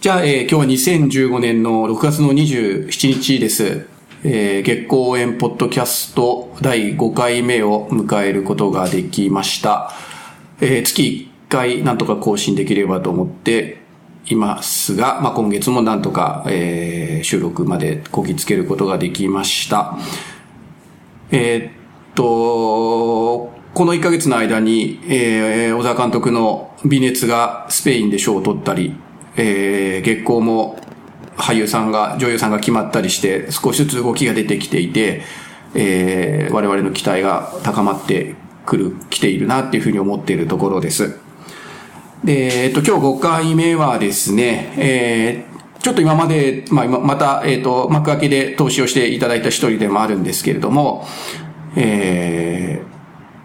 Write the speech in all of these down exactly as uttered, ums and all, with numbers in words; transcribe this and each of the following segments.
じゃあ、えー、今日はにせんじゅうごねんのろくがつのにじゅうしちにちです。えー、月光応援ポッドキャストだいごかいめを迎えることができました。えー、月いっかいなんとか更新できればと思っていますが、まあ、今月もなんとか、えー、収録までこぎつけることができました。えー、っと、このいっかげつの間に、えー、小沢監督の微熱がスペインで賞を取ったり、えー、月光も俳優さんが、女優さんが決まったりして、少しずつ動きが出てきていて、えー、我々の期待が高まってくる、来ているなっていうふうに思っているところです。で、えっと、今日ごかいめはですね、えー、ちょっと今まで、まあ、また、えっと、幕開けで投資をしていただいた一人でもあるんですけれども、えー、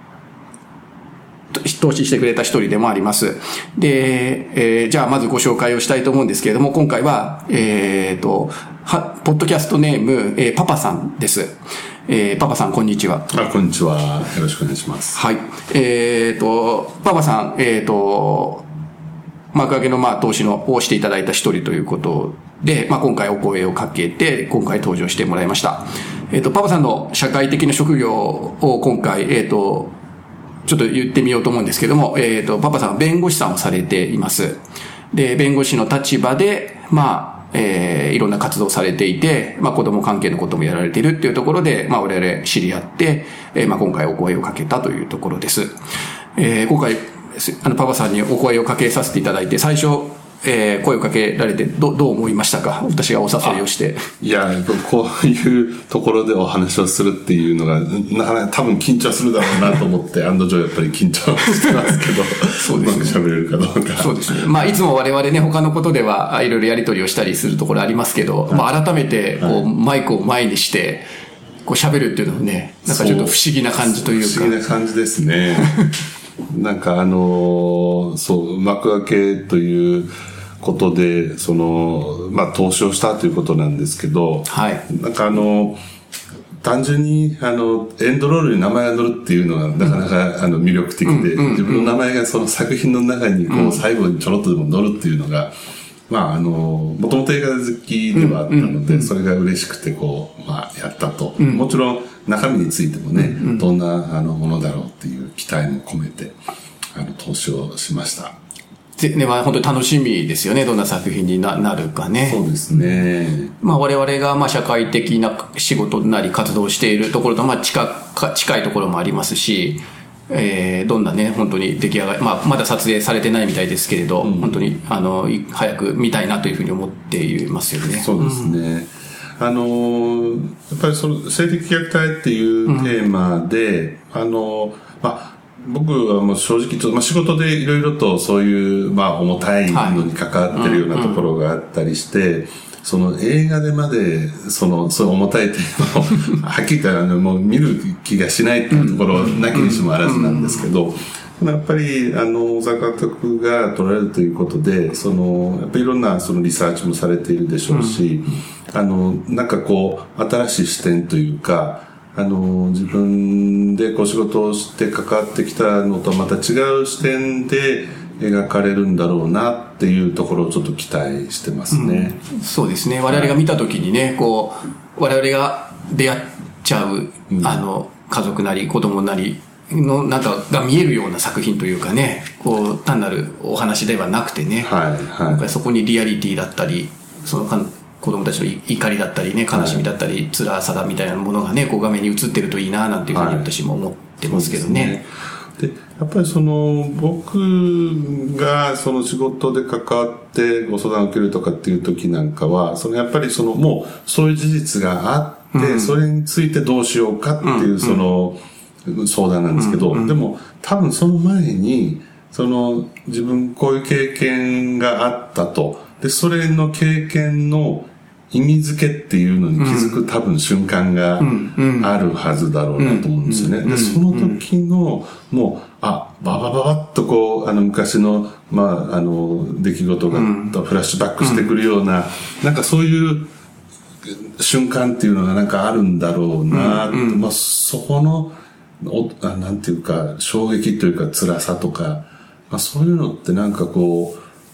投資してくれた一人でもあります。で、えー、じゃあまずご紹介をしたいと思うんですけれども、今回は、えーと、は、ポッドキャストネーム、えー、パパさんです。えー、パパさん、こんにちは。 あ、こんにちは。よろしくお願いします。 はい。えーと、パパさん、えーと、幕開けのまあ投資のをしていただいた一人ということで、まあ今回お声をかけて、今回登場してもらいました。えーと、パパさんの社会的な職業を今回、えーと、ちょっと言ってみようと思うんですけども、えっと、パパさんは弁護士さんをされています。で、弁護士の立場で、まあ、えー、いろんな活動をされていて、まあ、子供関係のこともやられているっていうところで、まあ、我々知り合って、えー、まあ、今回お声をかけたというところです。えー、今回、あの、パパさんにお声をかけさせていただいて、最初、えー、声をかけられてどどう思いましたか？私がお誘いをして。 いや、こういうところでお話をするっていうのがなかなか多分緊張するだろうなと思って案の定やっぱり緊張してますけどそうですね、うまく喋れるかどうか。 そうですね。まあいつも我々ね他のことではいろいろやり取りをしたりするところありますけど、はい、まあ改めてこう、はい、マイクを前にしてこう喋るっていうのもね、なんかちょっと不思議な感じというか。 不思議な感じですね。なんかあのそう幕開けということで、その、まあ、投資をしたということなんですけど、 はい。 なんかあの、単純に、あの、エンドロールに名前が載るっていうのがなかなか、うん、あの魅力的で、うんうんうん、自分の名前がその作品の中にこう、最後にちょろっとでも載るっていうのが、まあ、あの、もともと映画好きではあったので、それが嬉しくてこう、まあ、やったと。うん、もちろん、中身についてもね、うんうん、どんなあのものだろうっていう期待も込めて、あの、投資をしました。 ね、まあ、本当に楽しみですよね。どんな作品に な, なるかね。 そうですね。 まあ、我々がまあ社会的な仕事なり活動しているところとまあ 近, 近いところもありますし、えー、どんなね、本当に出来上がり、まあ、まだ撮影されてないみたいですけれど、うん、本当にあの早く見たいなというふうに思っていますよね。 そうですね。うん、あのやっぱりその性的虐待っていうテーマで、うん、あのまあ僕はもう正直ちょっと、まあ、仕事でいろいろとそういう、まあ、重たいのに関わってるようなところがあったりして、はいうんうん、その映画でまで、その、そういう重たいテーマを、はっきり言ったら、もう見る気がしないっていうところ、なきにしもあらずなんですけど、やっぱり、あの、小沢監督が撮られるということで、その、やっぱりいろんなそのリサーチもされているでしょうし、あの、なんかこう、新しい視点というか、あの自分でこう仕事をして関わってきたのとまた違う視点で描かれるんだろうなっていうところをちょっと期待してますね、 うん、そうですね。我々が見た時にね、こう我々が出会っちゃう、うん、あの家族なり子供なりのなんかが見えるような作品というかね、こう単なるお話ではなくてね、 はいはい、 なんかそこにリアリティだったりその子供たちの怒りだったりね、悲しみだったり、はい、辛さだみたいなものがね、こう画面に映ってるといいななんていうふうに私も思ってますけどね。 はい、で, ねでやっぱりその僕がその仕事で関わってご相談を受けるとかっていう時なんかは、そのやっぱりそのもうそういう事実があって、うん、それについてどうしようかっていうその相談なんですけど、うんうん、でも多分その前にその自分こういう経験があったと、でそれの経験の意味付けっていうのに気づく多分瞬間があるはずだろうなと思うんですよね。で、その時のもう、あ、ババババッとこう、あの昔の、まあ、あの、出来事がフラッシュバックしてくるような、なんかそういう瞬間っていうのがなんかあるんだろうな、まあ、そこの、おあなんていうか、衝撃というか辛さとか、まあ、そういうのってなんかこう、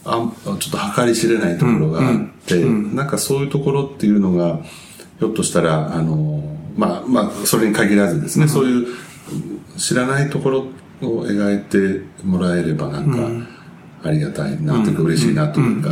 あちょっと計り知れないところがあって、うんうん、なんかそういうところっていうのがひょっとしたらあのまあまあそれに限らずですね、うん、そういう知らないところを描いてもらえればなんかありがたいなというか嬉しいなというか、うん、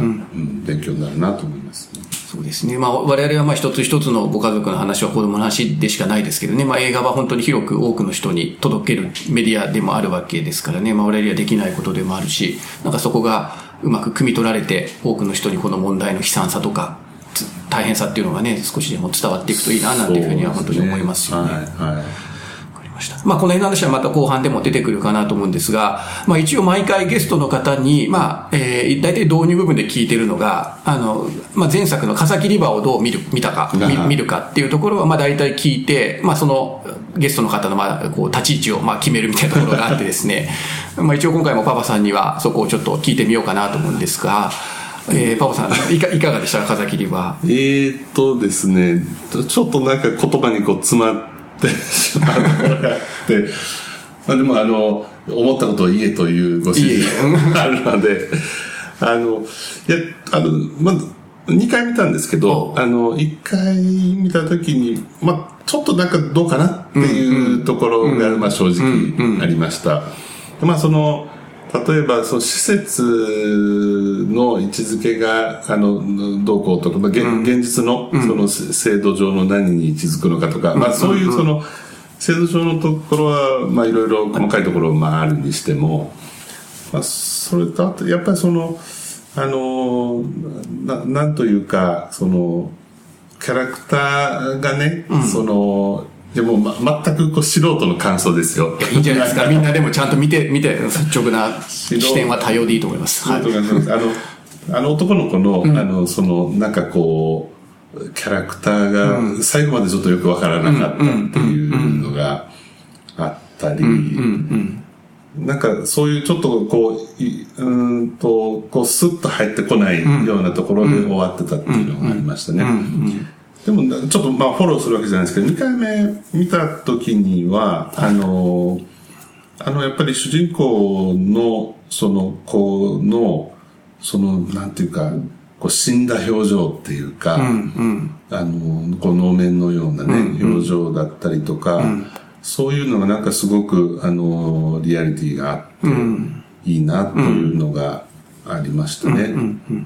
勉強になるなと思いますね。 そうですね。まあ我々はまあ一つ一つのご家族の話は子供の話でしかないですけどね。まあ映画は本当に広く多くの人に届けるメディアでもあるわけですからね。まあ我々にはできないことでもあるし、なんかそこがうまく汲み取られて多くの人にこの問題の悲惨さとか大変さっていうのがね少しでも伝わっていくといいななんていうふうには本当に思いますよね。はいはい。まあ、この辺の話はまた後半でも出てくるかなと思うんですが、まあ、一応毎回ゲストの方に、まあ、えー、大体導入部分で聞いてるのが、あの、まあ、前作の笠木リバーをどう見る、見たか、見、見るかっていうところは、まあ、大体聞いて、まあ、その、ゲストの方の、まあ、こう、立ち位置を、まあ、決めるみたいなところがあってですね、まあ、一応今回もパパさんにはそこをちょっと聞いてみようかなと思うんですが、えー、パパさんいか、いかがでしたか、笠木リバー。えーっとですね、ちょっとなんか言葉にこう、詰まって、ってしまうところがあって、まあ、でもあの思ったことを言えというご指示があるので、あのいやあのまずにかい見たんですけど、あのいっかい見た時にまあちょっとなんかどうかなっていうところが、まあ、正直ありました。まあその例えばその施設の位置づけがあのどうこうとか、まあ、現, 現実 の, その制度上の何に位置づくのかとか、まあ、そういうその制度上のところはまあいろいろ細かいところまああるにしても、まあ、それとあとやっぱりそのあの な, なんというかそのキャラクターがね、うん、そのでも、ま、全くこう素人の感想ですよ。 いいんじゃないですか。みんなでもちゃんと見て、見て、率直な視点は多様でいいと思います。 はい、あの、あの男の子の、うん、あの、その、なんかこう、キャラクターが最後までちょっとよくわからなかったっていうのがあったり、なんかそういうちょっとこう、うんと、こうスッと入ってこないようなところで終わってたっていうのがありましたね。でもちょっとまあフォローするわけじゃないですけど、にかいめ見た時にはあのあのやっぱり主人公のその子のそのなんていうかこう死んだ表情っていうか、うんうん、あのこう能面のようなね、うんうん、表情だったりとか、うん、そういうのがなんかすごくあのリアリティがあって、うん、いいなというのがありましたね。うんうんうん、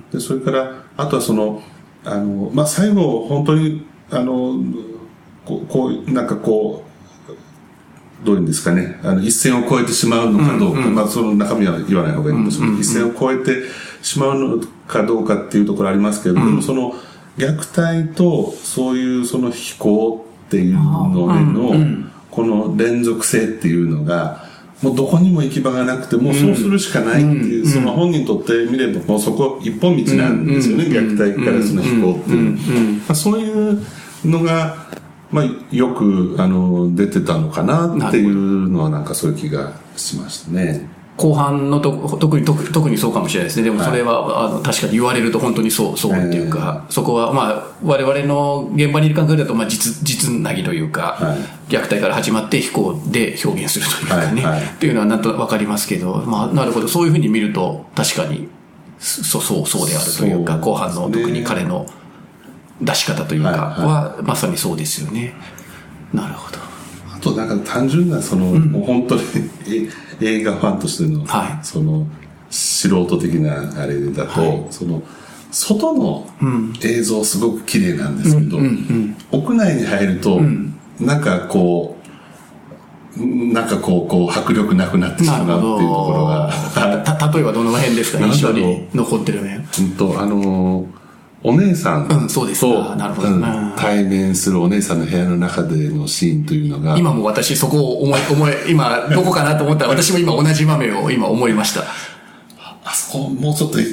でそれからあとはそのあのまあ、最後本当にあのこう、こうなんかこうどういうんですかね、あの一線を越えてしまうのかどうか、うんうん、まあその中身は言わない方がいいんですけど、うんうんうん、一線を越えてしまうのかどうかっていうところありますけれども、うん、でもその虐待とそういうその非行っていうのへの、うんうん、この連続性っていうのがもうどこにも行き場がなくてもうそうするしかないっていう、うん、その本人にとってみればもうそこ一本道なんですよね、うん、虐待からその非行っていう、うんうんまあ、そういうのが、まあ、よくあの出てたのかなっていうのはなんかそういう気がしましたね。 後半のと特に特特にそうかもしれないですね。でもそれは、はい、あの確かに言われると本当にそうそうっていうか、えー、そこはまあ我々の現場にいる感覚だとまあ実実なぎというか、はい、虐待から始まって非行で表現するというかね、はいはい、っていうのはなんと分かりますけど、まあなるほどそういうふうに見ると確かにそうそうそうであるというか、後半の特に彼の出し方というかはまさにそうですよね。なるほど。 あとなんか単純なその、うん、もう本当に映画ファンとしての、はい、その素人的なあれだと、はい、その外の映像すごく綺麗なんですけど、うんうんうん、屋内に入ると、うん、なんかこうなんかこうこう迫力なくなってしまうっていうところがた例えばどの辺ですか、印象に残ってる面。 うんとあのお姉さんと、うんそうですなるほど、うん、対面するお姉さんの部屋の中でのシーンというのが今も私そこを思い思い今どこかなと思ったら私も今同じ場面を今思いました。 あそこもうちょっと、うん、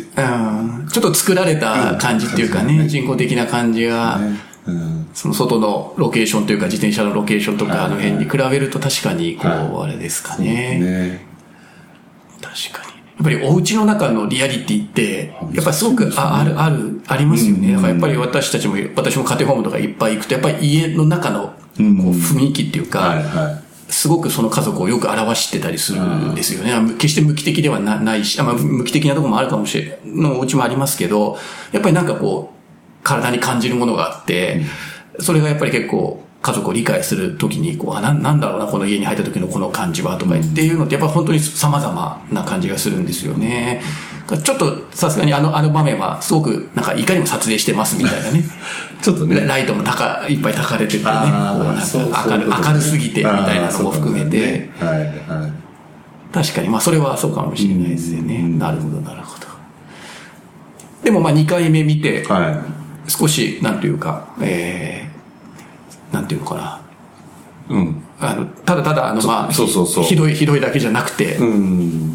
ちょっと作られた感じっていうかね、うん、人工的な感じが、ねうん、その外のロケーションというか自転車のロケーションとかあの辺に比べると確かにこう、はい、あれですかね、ね確かにやっぱりお家の中のリアリティってやっぱりすごく あ, あるあるありますよね。だからやっぱり私たちも私も家庭訪問とかいっぱい行くとやっぱり家の中のこう雰囲気っていうか、 すごくその家族をよく表してたりするんですよね。決して無機的では な, ないし、まあ、無機的なところもあるかもしれないのお家もありますけど、やっぱりなんかこう、体に感じるものがあって、うん、それがやっぱり結構家族を理解するときに、こう、あな、なんだろうな、この家に入った時のこの感じはとかっていうのって、やっぱり本当に様々な感じがするんですよね。ちょっとさすがにあの、あの場面はすごくなんかいかにも撮影してますみたいなね。 ちょっとね。 ライトも高いっぱい焚かれててね、こうなんか明る、明るすぎてみたいなのも含めて。ね、はいはい。確かに、まあそれはそうかもしれないですよね。なるほど、なるほど。でもまあにかいめ見て、はい、少し、なんていうか、えー、なんていうのかな。うん。あの、ただただ、あの、まあ、そうそうそう。ひどい、ひどいだけじゃなくて。 うん、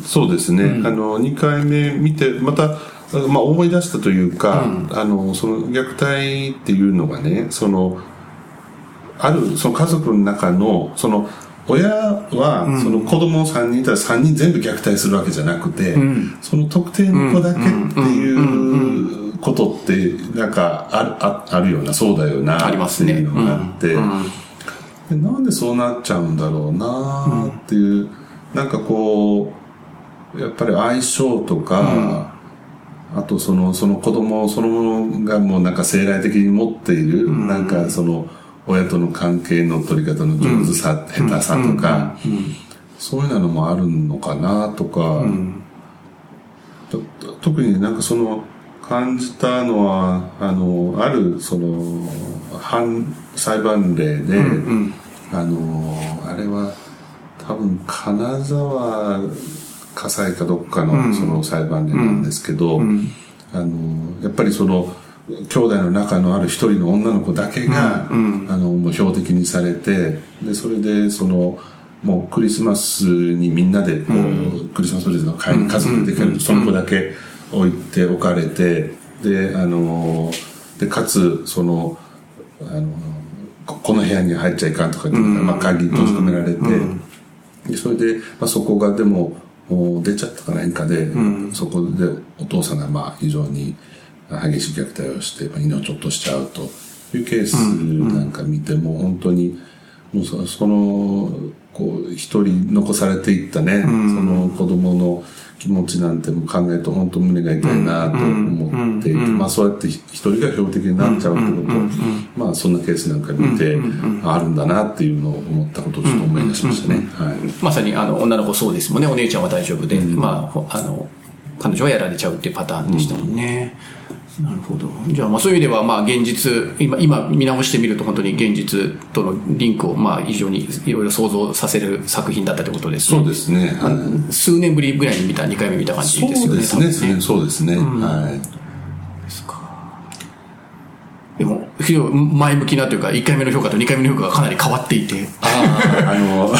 そうですね。うん、あの、にかいめ見て、また、まあ思い出したというか、うん、あの、その虐待っていうのがね、その、ある、その家族の中の、その、親は、その子供さんにんいたらさんにん全部虐待するわけじゃなくて、うん、その特定の子だけっていうことって、なんかある、あ、あるような、そうだよな、 ありますね。 っていうのがあって、うんうん、なんでそうなっちゃうんだろうなっていう、うん、なんかこう、やっぱり相性とか、うん、あとその、その子供そのものがもうなんか生来的に持っている、うん、なんかその、親との関係の取り方の上手さ、うん、下手さとか、うんうんうん、そういうのもあるのかなとか、うん、と特になんかその感じたのは、あの、あるその、判裁判例で、うんうん、あの、あれは多分金沢火災かどっかのその裁判例なんですけど、うんうん、あの、やっぱりその、兄弟の仲のある一人の女の子だけが、うんうん、あのもう標的にされて、でそれでそのもうクリスマスにみんなでこう、うん、クリスマスプレゼントの会に家族で出かけると、その子だけ置いておかれて、であのでかつそのあのこの部屋に入っちゃいかんとかって、うん、まあ、鍵閉じ込められて、うん、でそれで、まあ、そこがでももう出ちゃったか何かで、うん、そこでお父さんがまあ非常に激しい虐待をして命を落としちゃうというケースなんか見ても、本当にもうそそのこう一人残されていったね、うん、その子供の気持ちなんても考えると本当胸が痛いなと思っていて、まあそうやって一人が標的になっちゃうってことを、まあそんなケースなんか見て、あるんだなっていうのを思ったことをちょっと思い出しましたね。はい、 まさにあの女の子そうですもんね。お姉ちゃんは大丈夫で、うん、まああの彼女はやられちゃうっていうパターンでしたもんね。うん、なるほど。じゃあ、まあそういう意味では、まあ現実、今、今見直してみると本当に現実とのリンクを、まあ非常にいろいろ想像させる作品だったということですね。そうですね。 はい、数年ぶりぐらいに見た、にかいめ見た感じですよね。 そうですね。ねそうですね。うん、はい。 ですか。でも、前向きなというか、いっかいめの評価とにかいめの評価がかなり変わっていて。 ああ、あの、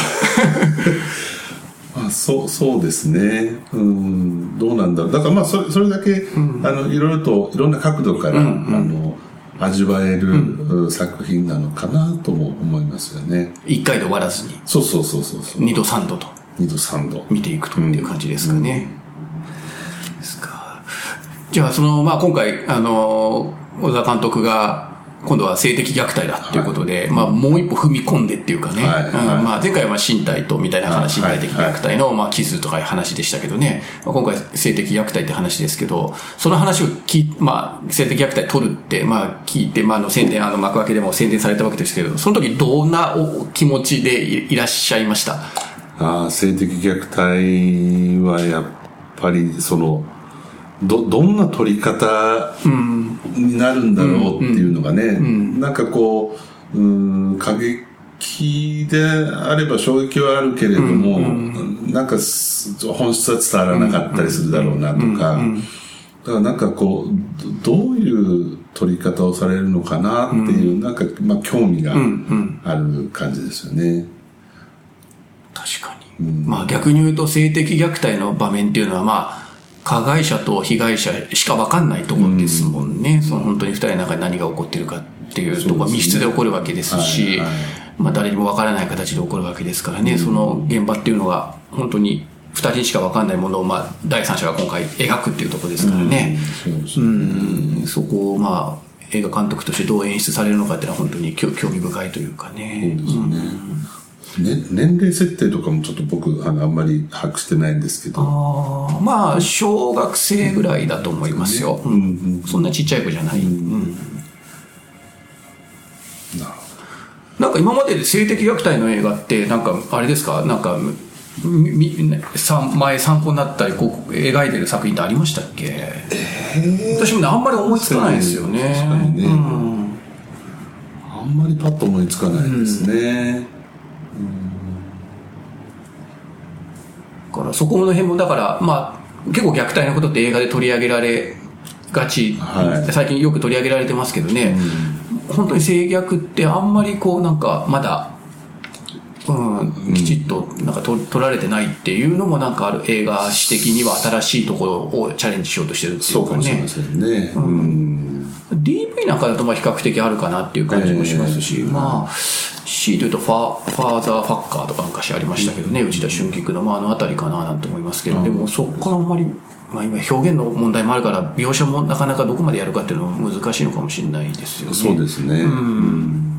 あそうそうですね、うん、どうなんだろう。だからまあそれ、それだけ、うん、あのいろいろといろんな角度から、うんうん、あの味わえる、うん、作品なのかなとも思いますよね。 一回で終わらずに、 そうそうそうそうそう、 二度三度と二度三度見ていくという感じですかね。うんうん、ですか。じゃあそのまあ今回あの小田監督が今度は性的虐待だっていうことで、はい、まあもう一歩踏み込んでっていうかね、はいはい、うん、まあ前回は身体とみたいな話、身体的虐待のまあ傷とかいう話でしたけどね、まあ、今回性的虐待って話ですけど、その話を聞い、まあ性的虐待取るってまあ聞いて、まああの宣伝、あの幕開けでも宣伝されたわけですけど、その時どんなお気持ちでいらっしゃいました？ ああ、性的虐待はやっぱりそのど、どんな取り方になるんだろうっていうのがね、うんうん、なんかこう、うん、過激であれば衝撃はあるけれども、うんうん、なんか本質は伝わらなかったりするだろうなとか、だからなんかこう、どういう取り方をされるのかなっていう、うん、なんか、まあ興味がある感じですよね。 確かに。うん、まあ逆に言うと性的虐待の場面っていうのはまあ、加害者と被害者しか分かんないところですもんね、うん、その本当に二人の中で何が起こっているかっていうところは密室で起こるわけですし、はいはい、まあ誰にも分からない形で起こるわけですからね、うん、その現場っていうのが本当に二人にしか分かんないものをまあ第三者が今回描くっていうところですからね、うん、 そうですね、うん、そこをまあ映画監督としてどう演出されるのかっていうのは本当に興味深いというかね。 そうですね、 ね、年齢設定とかもちょっと僕あのあんまり把握してないんですけど、 あまあ小学生ぐらいだと思いますよ、うんうん、そんなちっちゃい子じゃない、うんうん、なるほど。なんか今までで性的虐待の映画ってなんかあれですか、なんか前参考になったりこう描いてる作品ってありましたっけ？えー、私もねあんまり思いつかないですよね。確かにね、うん、 あんまりパッと思いつかないですね、うんうん、だからそこの辺もだからまあ結構虐待のことって映画で取り上げられがち、はい、最近よく取り上げられてますけどね、うん、本当に性虐ってあんまりこうなんかまだうん、きちっとなんかと取られてないっていうのもなんかある映画史的には新しいところをチャレンジしようとしてるっていうかね。そうかもしれませんね、うん、ディーブイ なんかだとまあ比較的あるかなっていう感じもしますし、えー、まあ C というとファファーザーファッカーとか昔ありましたけどね、うん、内田俊菊の、まあ、あのあたりかななんて思いますけど、うん、でもそこからあんまり、まあ、今表現の問題もあるから描写もなかなかどこまでやるかっていうのも難しいのかもしれないですよね。 そうですね、うん、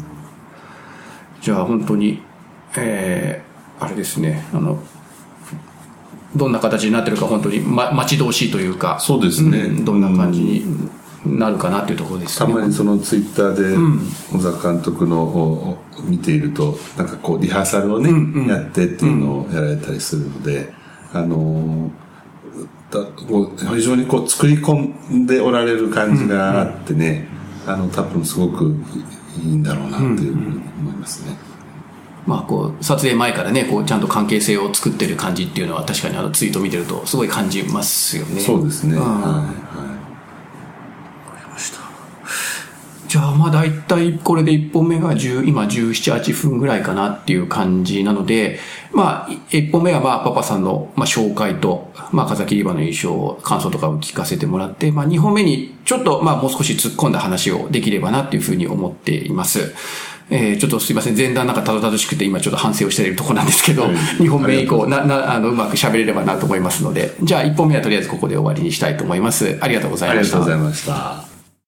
じゃあ本当にえー、あれですね、あのどんな形になってるか本当に、ま、待ち遠しいというか、 そうですね、 うん、どんな感じになるかなっていうところですね。 たまにそのツイッターで小沢監督のを見ているとなんかこうリハーサルをね、うんうん、やってっていうのをやられたりするので、あのだこう非常にこう作り込んでおられる感じがあってね、うんうん、あの多分すごくいいんだろうなっていうふうに思いますね、うんうん。 まあ、こう撮影前からねこうちゃんと関係性を作ってる感じっていうのは確かにあのツイート見てるとすごい感じますよね。 そうですね、はいはい、わかりました。じゃあまあ大体これでいっぽんめがじゅう今じゅうなな、はっぷんぐらいかなっていう感じなので、まあいっぽんめはまあパパさんのまあ紹介と、まあ風切り場の印象感想とかを聞かせてもらって、まあにほんめにちょっとまあもう少し突っ込んだ話をできればなっていうふうに思っています。えー、ちょっとすいません前段なんかたどたどしくて今ちょっと反省をしているところなんですけど、はい、にほんめ以降ななあのうまく喋れればなと思いますので、じゃあいっぽんめはとりあえずここで終わりにしたいと思います。ありがとうございました。 ありがとうございました。